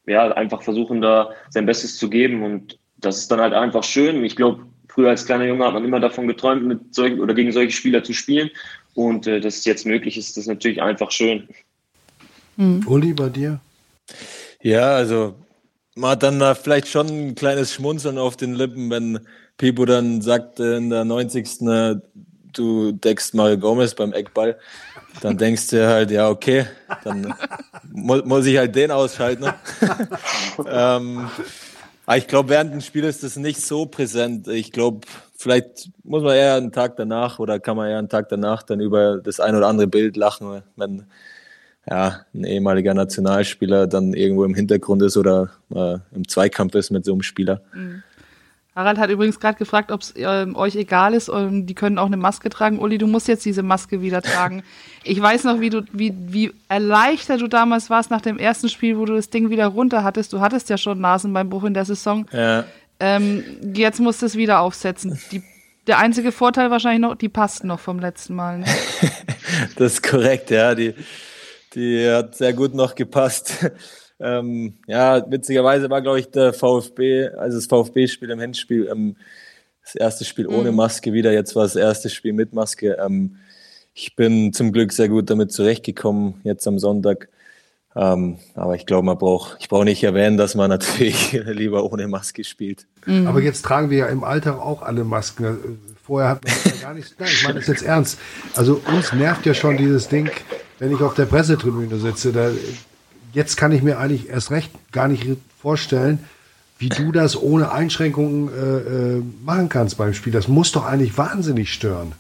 ja, einfach versuchen, da sein Bestes zu geben. Und das ist dann halt einfach schön. Ich glaube, früher als kleiner Junge hat man immer davon geträumt, mit solchen oder gegen solche Spieler zu spielen. Und äh, dass es jetzt möglich ist, das ist natürlich einfach schön. Mhm. Uli, bei dir? Ja, also man hat dann da vielleicht schon ein kleines Schmunzeln auf den Lippen, wenn Pipo dann sagt in der neunzigsten du deckst Mario Gomez beim Eckball. Dann denkst du halt, ja, okay, dann mu- muss ich halt den ausschalten. Ne? ähm, aber ich glaube, während dem Spiel ist das nicht so präsent. Ich glaube, vielleicht muss man eher einen Tag danach oder kann man eher einen Tag danach dann über das ein oder andere Bild lachen, wenn ja, ein ehemaliger Nationalspieler dann irgendwo im Hintergrund ist oder äh, im Zweikampf ist mit so einem Spieler. Mhm. Harald hat übrigens gerade gefragt, ob es ähm, euch egal ist. Ähm, die können auch eine Maske tragen. Uli, du musst jetzt diese Maske wieder tragen. Ich weiß noch, wie du, wie, wie erleichtert du damals warst nach dem ersten Spiel, wo du das Ding wieder runter hattest. Du hattest ja schon Nasenbeinbruch in der Saison. Ja. Ähm, jetzt musst du es wieder aufsetzen. Die, der einzige Vorteil wahrscheinlich noch, die passt noch vom letzten Mal. Ne? Das ist korrekt, ja. Die, die hat sehr gut noch gepasst. Ähm, ja, witzigerweise war, glaube ich, der VfB, also das VfB-Spiel im Hinspiel, ähm, das erste Spiel ohne Maske wieder, jetzt war das erste Spiel mit Maske. Ähm, ich bin zum Glück sehr gut damit zurechtgekommen, jetzt am Sonntag. Ähm, aber ich glaube, man braucht, ich brauche nicht erwähnen, dass man natürlich lieber ohne Maske spielt. Mhm. Aber jetzt tragen wir ja im Alltag auch alle Masken. Vorher hat man das ja gar nicht. Nein, ich meine das jetzt ernst. Also uns nervt ja schon dieses Ding, wenn ich auf der Pressetribüne sitze, da jetzt kann ich mir eigentlich erst recht gar nicht vorstellen, wie du das ohne Einschränkungen äh, äh, machen kannst beim Spiel. Das muss doch eigentlich wahnsinnig stören.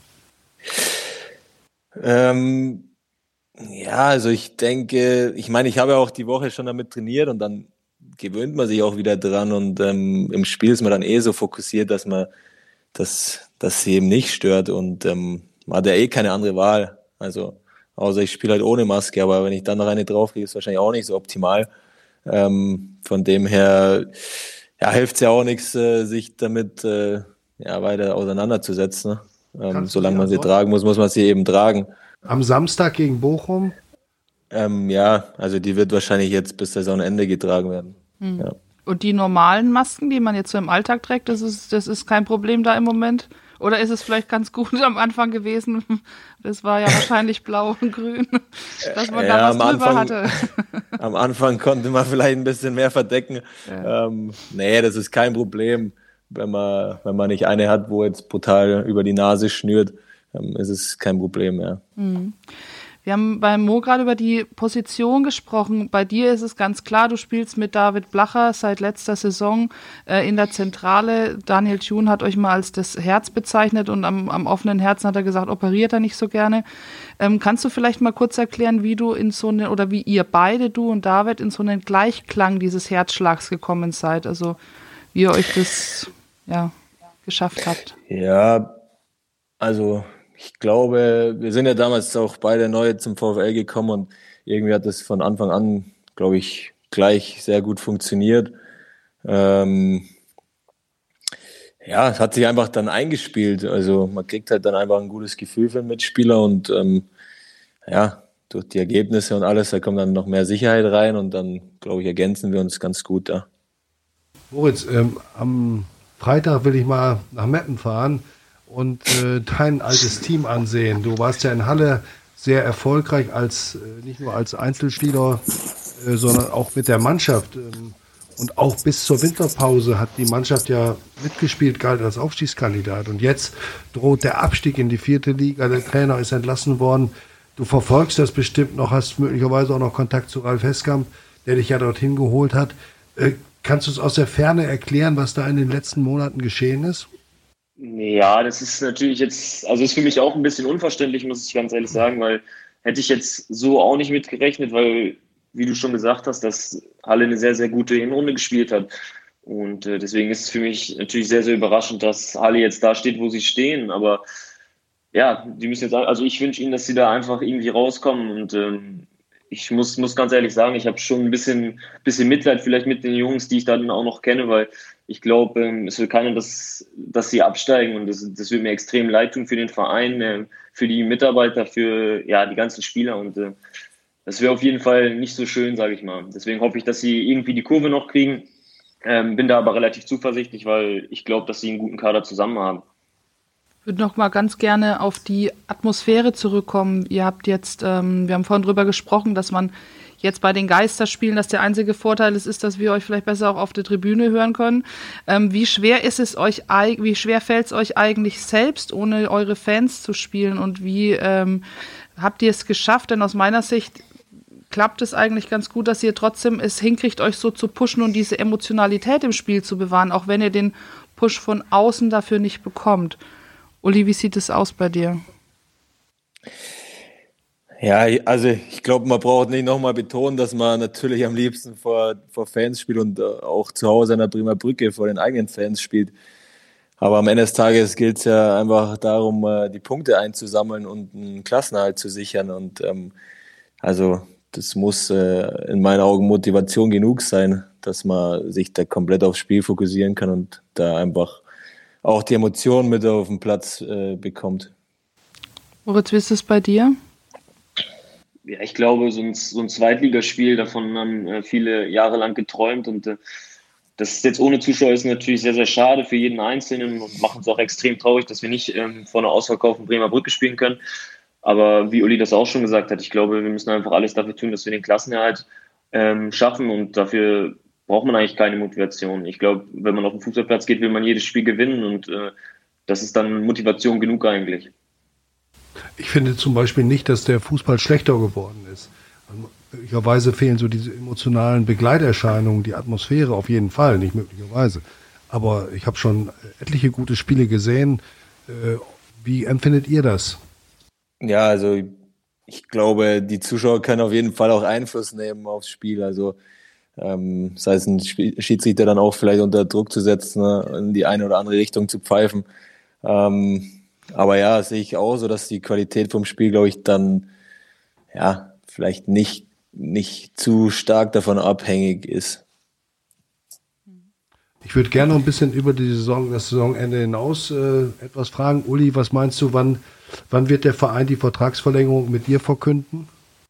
Ähm, ja, also ich denke, ich meine, ich habe ja auch die Woche schon damit trainiert und dann gewöhnt man sich auch wieder dran und ähm, im Spiel ist man dann eh so fokussiert, dass man das, das sie eben nicht stört und ähm, man hat ja eh keine andere Wahl. Also außer ich spiele halt ohne Maske, aber wenn ich dann noch eine draufkriege, ist es wahrscheinlich auch nicht so optimal. Ähm, von dem her ja, hilft es ja auch nichts, äh, sich damit äh, ja, weiter auseinanderzusetzen. Ne? Ähm, solange man sie tragen muss, muss man sie eben tragen. Am Samstag gegen Bochum? Ähm, ja, also die wird wahrscheinlich jetzt bis Saisonende getragen werden. Mhm. Ja. Und die normalen Masken, die man jetzt so im Alltag trägt, das ist, das ist kein Problem da im Moment? Oder ist es vielleicht ganz gut am Anfang gewesen? Das war ja wahrscheinlich blau und grün, dass man ja, da was am drüber Anfang, hatte. Am Anfang konnte man vielleicht ein bisschen mehr verdecken. Ja. Ähm, nee, das ist kein Problem. Wenn man, wenn man nicht eine hat, wo jetzt brutal über die Nase schnürt, ähm, ist es kein Problem mehr. Mhm. Wir haben beim Mo gerade über die Position gesprochen. Bei dir ist es ganz klar, du spielst mit David Blacher seit letzter Saison äh, in der Zentrale. Daniel Thune hat euch mal als das Herz bezeichnet und am, am offenen Herzen hat er gesagt, operiert er nicht so gerne. Ähm, kannst du vielleicht mal kurz erklären, wie du in so eine, oder wie ihr beide, du und David, in so einen Gleichklang dieses Herzschlags gekommen seid? Also wie ihr euch das ja, geschafft habt? Ja, also ich glaube, wir sind ja damals auch beide neu zum VfL gekommen und irgendwie hat das von Anfang an, glaube ich, gleich sehr gut funktioniert. Ähm, ja, es hat sich einfach dann eingespielt. Also man kriegt halt dann einfach ein gutes Gefühl für den Mitspieler und ähm, ja, durch die Ergebnisse und alles, da kommt dann noch mehr Sicherheit rein und dann, glaube ich, ergänzen wir uns ganz gut da. Moritz, ähm, am Freitag will ich mal nach Meppen fahren und äh, dein altes Team ansehen. Du warst ja in Halle sehr erfolgreich, als äh, nicht nur als Einzelspieler, äh, sondern auch mit der Mannschaft. Ähm, und auch bis zur Winterpause hat die Mannschaft ja mitgespielt, galt als Aufstiegskandidat. Und jetzt droht der Abstieg in die vierte Liga. Der Trainer ist entlassen worden. Du verfolgst das bestimmt noch, hast möglicherweise auch noch Kontakt zu Ralf Heskamp, der dich ja dorthin geholt hat. Äh, kannst du es aus der Ferne erklären, was da in den letzten Monaten geschehen ist? Ja, das ist natürlich jetzt, also ist für mich auch ein bisschen unverständlich, muss ich ganz ehrlich sagen, weil hätte ich jetzt so auch nicht mitgerechnet, weil, wie du schon gesagt hast, dass Halle eine sehr, sehr gute Hinrunde gespielt hat. Und äh, deswegen ist es für mich natürlich sehr, sehr überraschend, dass Halle jetzt da steht, wo sie stehen. Aber ja, die müssen jetzt, also ich wünsche ihnen, dass sie da einfach irgendwie rauskommen. Und ähm, ich muss, muss ganz ehrlich sagen, ich habe schon ein bisschen, bisschen Mitleid vielleicht mit den Jungs, die ich dann auch noch kenne, weil ich glaube, ähm, es will keiner, dass, dass sie absteigen und das, das wird mir extrem leid tun für den Verein, äh, für die Mitarbeiter, für ja die ganzen Spieler und äh, das wäre auf jeden Fall nicht so schön, sage ich mal. Deswegen hoffe ich, dass sie irgendwie die Kurve noch kriegen. Ähm, bin da aber relativ zuversichtlich, weil ich glaube, dass sie einen guten Kader zusammen haben. Ich würde noch mal ganz gerne auf die Atmosphäre zurückkommen. Ihr habt jetzt, ähm, wir haben vorhin drüber gesprochen, dass man jetzt bei den Geisterspielen, dass der einzige Vorteil ist, ist, dass wir euch vielleicht besser auch auf der Tribüne hören können. Ähm, wie schwer ist es euch, wie schwer fällt es euch eigentlich selbst, ohne eure Fans zu spielen? Und wie ähm, habt ihr es geschafft? Denn aus meiner Sicht klappt es eigentlich ganz gut, dass ihr trotzdem es hinkriegt, euch so zu pushen und diese Emotionalität im Spiel zu bewahren, auch wenn ihr den Push von außen dafür nicht bekommt. Uli, wie sieht es aus bei dir? Ja, also ich glaube, man braucht nicht nochmal betonen, dass man natürlich am liebsten vor, vor Fans spielt und auch zu Hause an der Bremer Brücke vor den eigenen Fans spielt. Aber am Ende des Tages gilt es ja einfach darum, die Punkte einzusammeln und einen Klassenerhalt zu sichern. Und ähm, also das muss äh, in meinen Augen Motivation genug sein, dass man sich da komplett aufs Spiel fokussieren kann und da einfach auch die Emotionen mit auf den Platz äh, bekommt. Moritz, wie ist es bei dir? Ja, ich glaube, so ein, so ein Zweitligaspiel, davon haben äh, viele Jahre lang geträumt und äh, das ist jetzt ohne Zuschauer ist natürlich sehr, sehr schade für jeden Einzelnen und macht uns auch extrem traurig, dass wir nicht ähm, vor einer ausverkauften Bremer Brücke spielen können. Aber wie Uli das auch schon gesagt hat, ich glaube, wir müssen einfach alles dafür tun, dass wir den Klassenerhalt ähm, schaffen und dafür braucht man eigentlich keine Motivation. Ich glaube, wenn man auf den Fußballplatz geht, will man jedes Spiel gewinnen und äh, das ist dann Motivation genug eigentlich. Ich finde zum Beispiel nicht, dass der Fußball schlechter geworden ist. Möglicherweise fehlen so diese emotionalen Begleiterscheinungen, die Atmosphäre auf jeden Fall, nicht möglicherweise. Aber ich habe schon etliche gute Spiele gesehen. Wie empfindet ihr das? Ja, also ich glaube, die Zuschauer können auf jeden Fall auch Einfluss nehmen aufs Spiel. Also ähm, sei es ein Schiedsrichter dann auch vielleicht unter Druck zu setzen, ne, in die eine oder andere Richtung zu pfeifen. Ähm, aber ja, sehe ich auch so, dass die Qualität vom Spiel, glaube ich, dann ja vielleicht nicht, nicht zu stark davon abhängig ist. Ich würde gerne noch ein bisschen über die Saison, das Saisonende hinaus äh, etwas fragen. Uli, was meinst du, wann, wann wird der Verein die Vertragsverlängerung mit dir verkünden?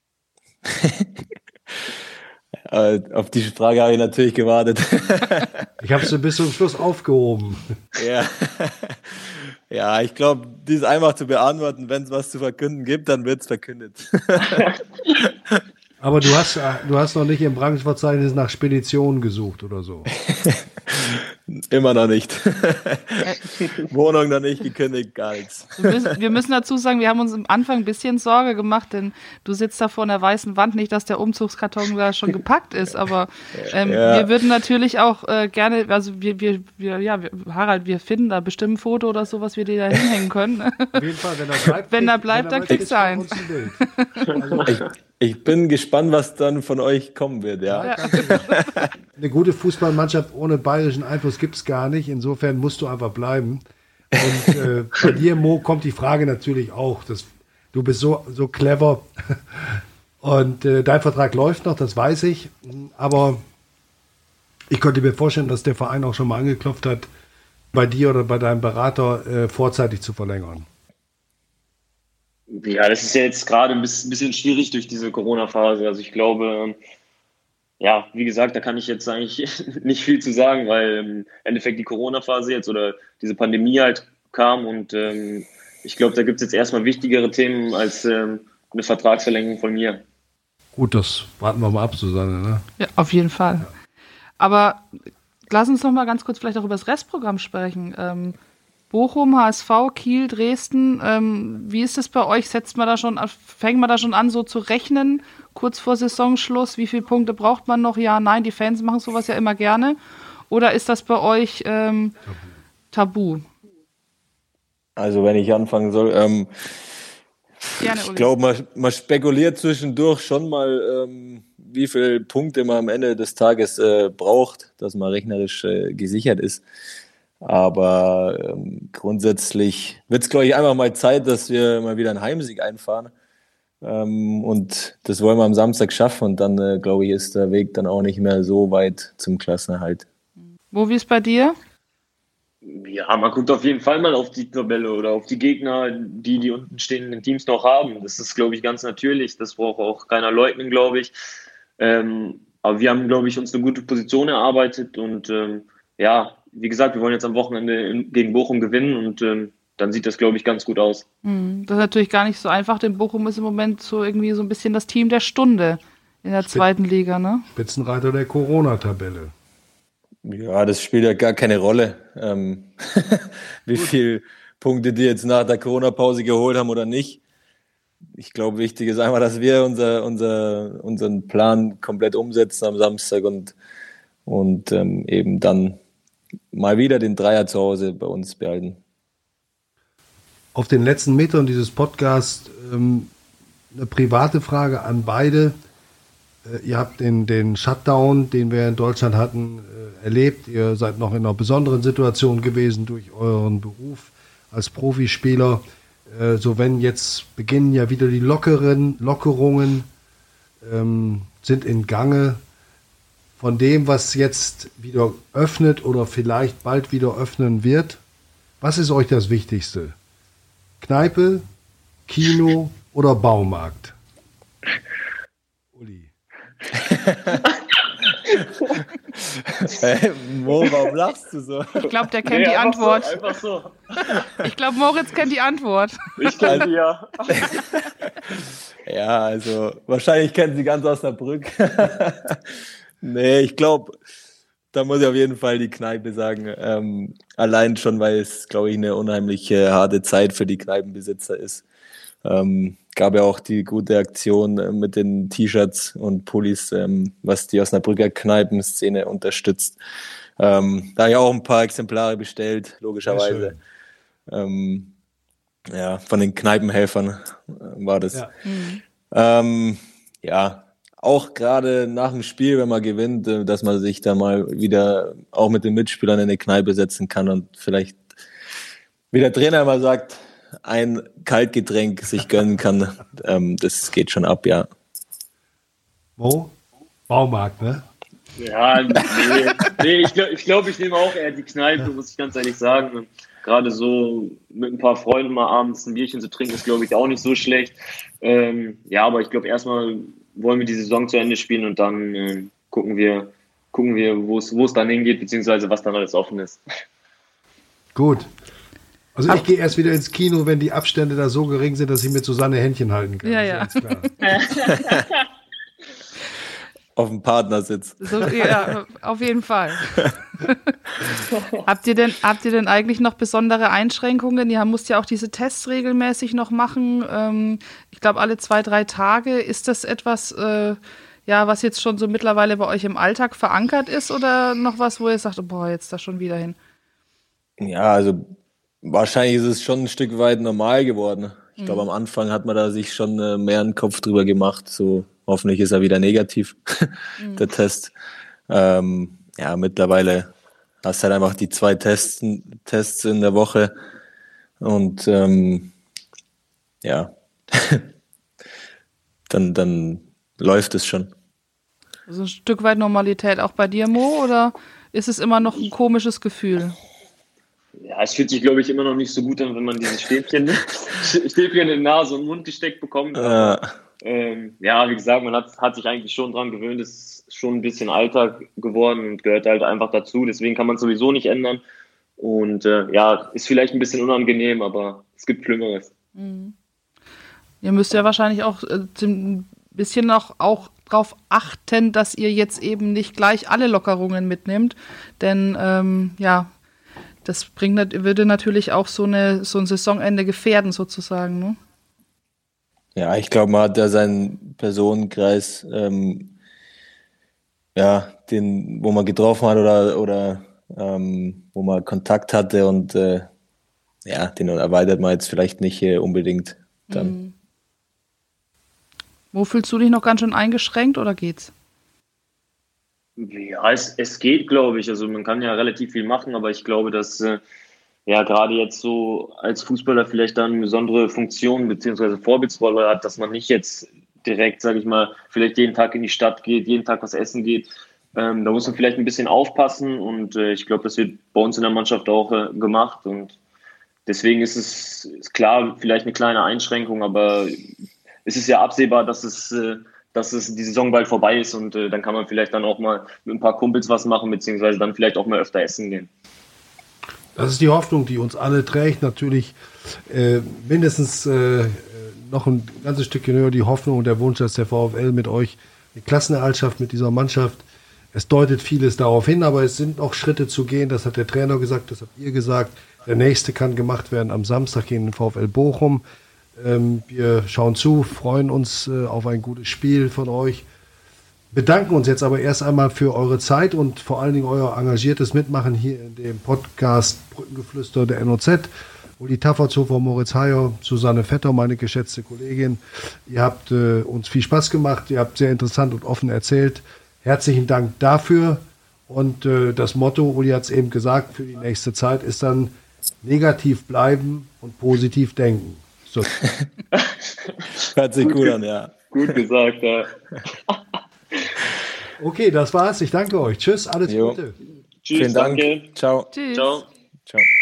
äh, auf die Frage habe ich natürlich gewartet. Ich habe es bis zum Schluss aufgehoben. Ja, ja, ich glaube, die ist einfach zu beantworten. Wenn es was zu verkünden gibt, dann wird es verkündet. Aber du hast, du hast noch nicht im Branchenverzeichnis nach Speditionen gesucht oder so. Immer noch nicht. Wohnung noch nicht gekündigt, gar nichts. Wir müssen, wir müssen dazu sagen, wir haben uns am Anfang ein bisschen Sorge gemacht, denn du sitzt da vor einer weißen Wand, nicht, dass der Umzugskarton da schon gepackt ist, aber ähm, ja. wir würden natürlich auch äh, gerne, also wir, wir, wir, ja, wir, Harald, wir finden da bestimmt ein Foto oder so, was wir dir da hinhängen können. Auf jeden Fall, wenn er bleibt, wenn er bleibt, dann kriegst du eins. Also, ich, ich bin gespannt, was dann von euch kommen wird, ja. ja. Eine gute Fußballmannschaft ohne bayerischen Einfluss gibt es gar nicht. Insofern musst du einfach bleiben. Und äh, bei dir, Mo, kommt die Frage natürlich auch. Dass, du bist so, so clever. Und äh, dein Vertrag läuft noch, das weiß ich. Aber ich könnte mir vorstellen, dass der Verein auch schon mal angeklopft hat, bei dir oder bei deinem Berater äh, vorzeitig zu verlängern. Ja, das ist ja jetzt gerade ein bisschen schwierig durch diese Corona-Phase. Also ich glaube, ja, wie gesagt, da kann ich jetzt eigentlich nicht viel zu sagen, weil im Endeffekt die Corona-Phase jetzt oder diese Pandemie halt kam und ähm, ich glaube, da gibt es jetzt erstmal wichtigere Themen als ähm, eine Vertragsverlängerung von mir. Gut, das warten wir mal ab, Susanne, ne? Ja, auf jeden Fall. Ja. Aber lass uns noch mal ganz kurz vielleicht auch über das Restprogramm sprechen. Ähm, Bochum, H S V, Kiel, Dresden, ähm, wie ist es bei euch? Setzt man da schon, fängt man da schon an, so zu rechnen, kurz vor Saisonschluss? Wie viele Punkte braucht man noch? Ja, nein, die Fans machen sowas ja immer gerne. Oder ist das bei euch ähm, Tabu? Also wenn ich anfangen soll, ähm, gerne, ich glaube, man, man spekuliert zwischendurch schon mal, ähm, wie viele Punkte man am Ende des Tages äh, braucht, dass man rechnerisch äh, gesichert ist. Aber ähm, grundsätzlich wird es, glaube ich, einfach mal Zeit, dass wir mal wieder einen Heimsieg einfahren. Ähm, und das wollen wir am Samstag schaffen. Und dann, äh, glaube ich, ist der Weg dann auch nicht mehr so weit zum Klassenerhalt. Wo, wie ist bei dir? Ja, man guckt auf jeden Fall mal auf die Tabelle oder auf die Gegner, die die unten stehenden Teams noch haben. Das ist, glaube ich, ganz natürlich. Das braucht auch keiner leugnen, glaube ich. Ähm, aber wir haben, glaube ich, uns eine gute Position erarbeitet. Und ähm, ja, wie gesagt, wir wollen jetzt am Wochenende in, gegen Bochum gewinnen. Und ähm, dann sieht das, glaube ich, ganz gut aus. Das ist natürlich gar nicht so einfach, denn Bochum ist im Moment so irgendwie so ein bisschen das Team der Stunde in der Spitz- zweiten Liga, ne? Spitzenreiter der Corona-Tabelle. Ja, das spielt ja gar keine Rolle, ähm, wie viele Punkte die jetzt nach der Corona-Pause geholt haben oder nicht. Ich glaube, wichtig ist einfach, dass wir unser, unser, unseren Plan komplett umsetzen am Samstag und, und ähm, eben dann mal wieder den Dreier zu Hause bei uns behalten. Auf den letzten Metern dieses Podcasts ähm, eine private Frage an beide. Äh, ihr habt den, den Shutdown, den wir in Deutschland hatten, äh, erlebt. Ihr seid noch in einer besonderen Situation gewesen durch euren Beruf als Profispieler. Äh, so wenn jetzt beginnen ja wieder die lockeren Lockerungen, ähm, sind in Gange. Von dem, was jetzt wieder öffnet oder vielleicht bald wieder öffnen wird, was ist euch das Wichtigste? Kneipe, Kino oder Baumarkt? Uli. Hey, Mo, warum lachst du so? Ich glaube, der kennt Nee, die einfach Antwort. So, einfach so. Ich glaube, Moritz kennt die Antwort. Ich kenne die ja. Ja, also wahrscheinlich kennen sie ganz Osnabrück. Nee, ich glaube, da muss ich auf jeden Fall die Kneipe sagen. Ähm, allein schon, weil es, glaube ich, eine unheimlich äh, harte Zeit für die Kneipenbesitzer ist. Ähm, gab ja auch die gute Aktion äh, mit den T-Shirts und Pullis, ähm, was die Osnabrücker Kneipenszene unterstützt. Ähm, da habe ich auch ein paar Exemplare bestellt, logischerweise. Ähm, ja, von den Kneipenhelfern äh, war das. Ja. Mhm. Ähm, ja, auch gerade nach dem Spiel, wenn man gewinnt, äh, dass man sich da mal wieder auch mit den Mitspielern in eine Kneipe setzen kann und vielleicht, wie der Trainer immer sagt, ein Kaltgetränk sich gönnen kann. ähm, das geht schon ab, ja. Mo? Baumarkt, ne? Ja, nee, nee ich glaube, ich, glaub, ich nehme auch eher die Kneipe, muss ich ganz ehrlich sagen. Und gerade so mit ein paar Freunden mal abends ein Bierchen zu trinken, ist, glaube ich, auch nicht so schlecht. Ähm, ja, aber ich glaube, erstmal wollen wir die Saison zu Ende spielen und dann äh, gucken wir, gucken wir, wo es wo es dann hingeht, beziehungsweise was dann alles offen ist. Gut. Also ich gehe erst wieder ins Kino, wenn die Abstände da so gering sind, dass ich mit Susanne Händchen halten kann. Ja, Das ja. ist ganz klar. Auf dem Partnersitz. So, ja, auf jeden Fall. habt ihr denn, habt ihr denn eigentlich noch besondere Einschränkungen? Ihr müsst ja auch diese Tests regelmäßig noch machen. Ähm, ich glaube, alle zwei, drei Tage. Ist das etwas, äh, ja, was jetzt schon so mittlerweile bei euch im Alltag verankert ist oder noch was, wo ihr sagt, oh, boah, jetzt da schon wieder hin? Ja, also wahrscheinlich ist es schon ein Stück weit normal geworden. Ich glaube, am Anfang hat man da sich schon äh, mehr einen Kopf drüber gemacht. So, hoffentlich ist er wieder negativ, der Test. Ähm, ja, mittlerweile hast du halt einfach die zwei Tests, Tests in der Woche. Und ähm, ja, dann, dann läuft es schon. Also ein Stück weit Normalität auch bei dir, Mo, oder ist es immer noch ein komisches Gefühl? Ja, es fühlt sich, glaube ich, immer noch nicht so gut an, wenn man dieses Stäbchen, Stäbchen in Nase und Mund gesteckt bekommt. Aber, Äh, ähm, ja, wie gesagt, man hat, hat sich eigentlich schon dran gewöhnt. Es ist schon ein bisschen Alltag geworden und gehört halt einfach dazu. Deswegen kann man es sowieso nicht ändern. Und äh, ja, ist vielleicht ein bisschen unangenehm, aber es gibt Schlimmeres. Mhm. Ihr müsst ja wahrscheinlich auch äh, ein bisschen noch auch darauf achten, dass ihr jetzt eben nicht gleich alle Lockerungen mitnehmt. Denn ähm, ja, das bringt, würde natürlich auch so, eine, so ein Saisonende gefährden sozusagen, ne? Ja, ich glaube, man hat ja seinen Personenkreis, ähm, ja, den, wo man getroffen hat oder, oder ähm, wo man Kontakt hatte und äh, ja, den erweitert man jetzt vielleicht nicht äh, unbedingt dann. Mhm. Wo fühlst du dich noch ganz schön eingeschränkt oder geht's? Ja, es, es geht, glaube ich. Also man kann ja relativ viel machen, aber ich glaube, dass äh, ja gerade jetzt so als Fußballer vielleicht dann eine besondere Funktion bzw. Vorbildsrolle hat, dass man nicht jetzt direkt, sage ich mal, vielleicht jeden Tag in die Stadt geht, jeden Tag was essen geht. Ähm, da muss man vielleicht ein bisschen aufpassen und äh, ich glaube, das wird bei uns in der Mannschaft auch äh, gemacht und deswegen ist es ist klar, vielleicht eine kleine Einschränkung, aber es ist ja absehbar, dass es, äh, dass es die Saison bald vorbei ist und äh, dann kann man vielleicht dann auch mal mit ein paar Kumpels was machen, beziehungsweise dann vielleicht auch mal öfter essen gehen. Das ist die Hoffnung, die uns alle trägt. Natürlich äh, mindestens äh, noch ein ganzes Stückchen höher die Hoffnung und der Wunsch, dass der VfL mit euch die Klassenerhalt schafft, mit dieser Mannschaft. Es deutet vieles darauf hin, aber es sind noch Schritte zu gehen. Das hat der Trainer gesagt, das habt ihr gesagt. Der nächste kann gemacht werden am Samstag gegen den VfL Bochum. Ähm, wir schauen zu, freuen uns äh, auf ein gutes Spiel von euch. Bedanken uns jetzt aber erst einmal für eure Zeit und vor allen Dingen euer engagiertes Mitmachen hier in dem Podcast Brückengeflüster der N O Z. Uli Taffertshofer, Moritz Heyer, Susanne Vetter, meine geschätzte Kollegin. Ihr habt äh, uns viel Spaß gemacht, ihr habt sehr interessant und offen erzählt. Herzlichen Dank dafür. Und äh, das Motto, Uli hat es eben gesagt, für die nächste Zeit ist dann negativ bleiben und positiv denken. So. Hört sich gut, gut an, ja. Gut gesagt, ja. Okay, das war's. Ich danke euch. Tschüss, alles Jo. Gute. Tschüss, Vielen Dank. danke. Ciao. Tschüss. Ciao. Ciao.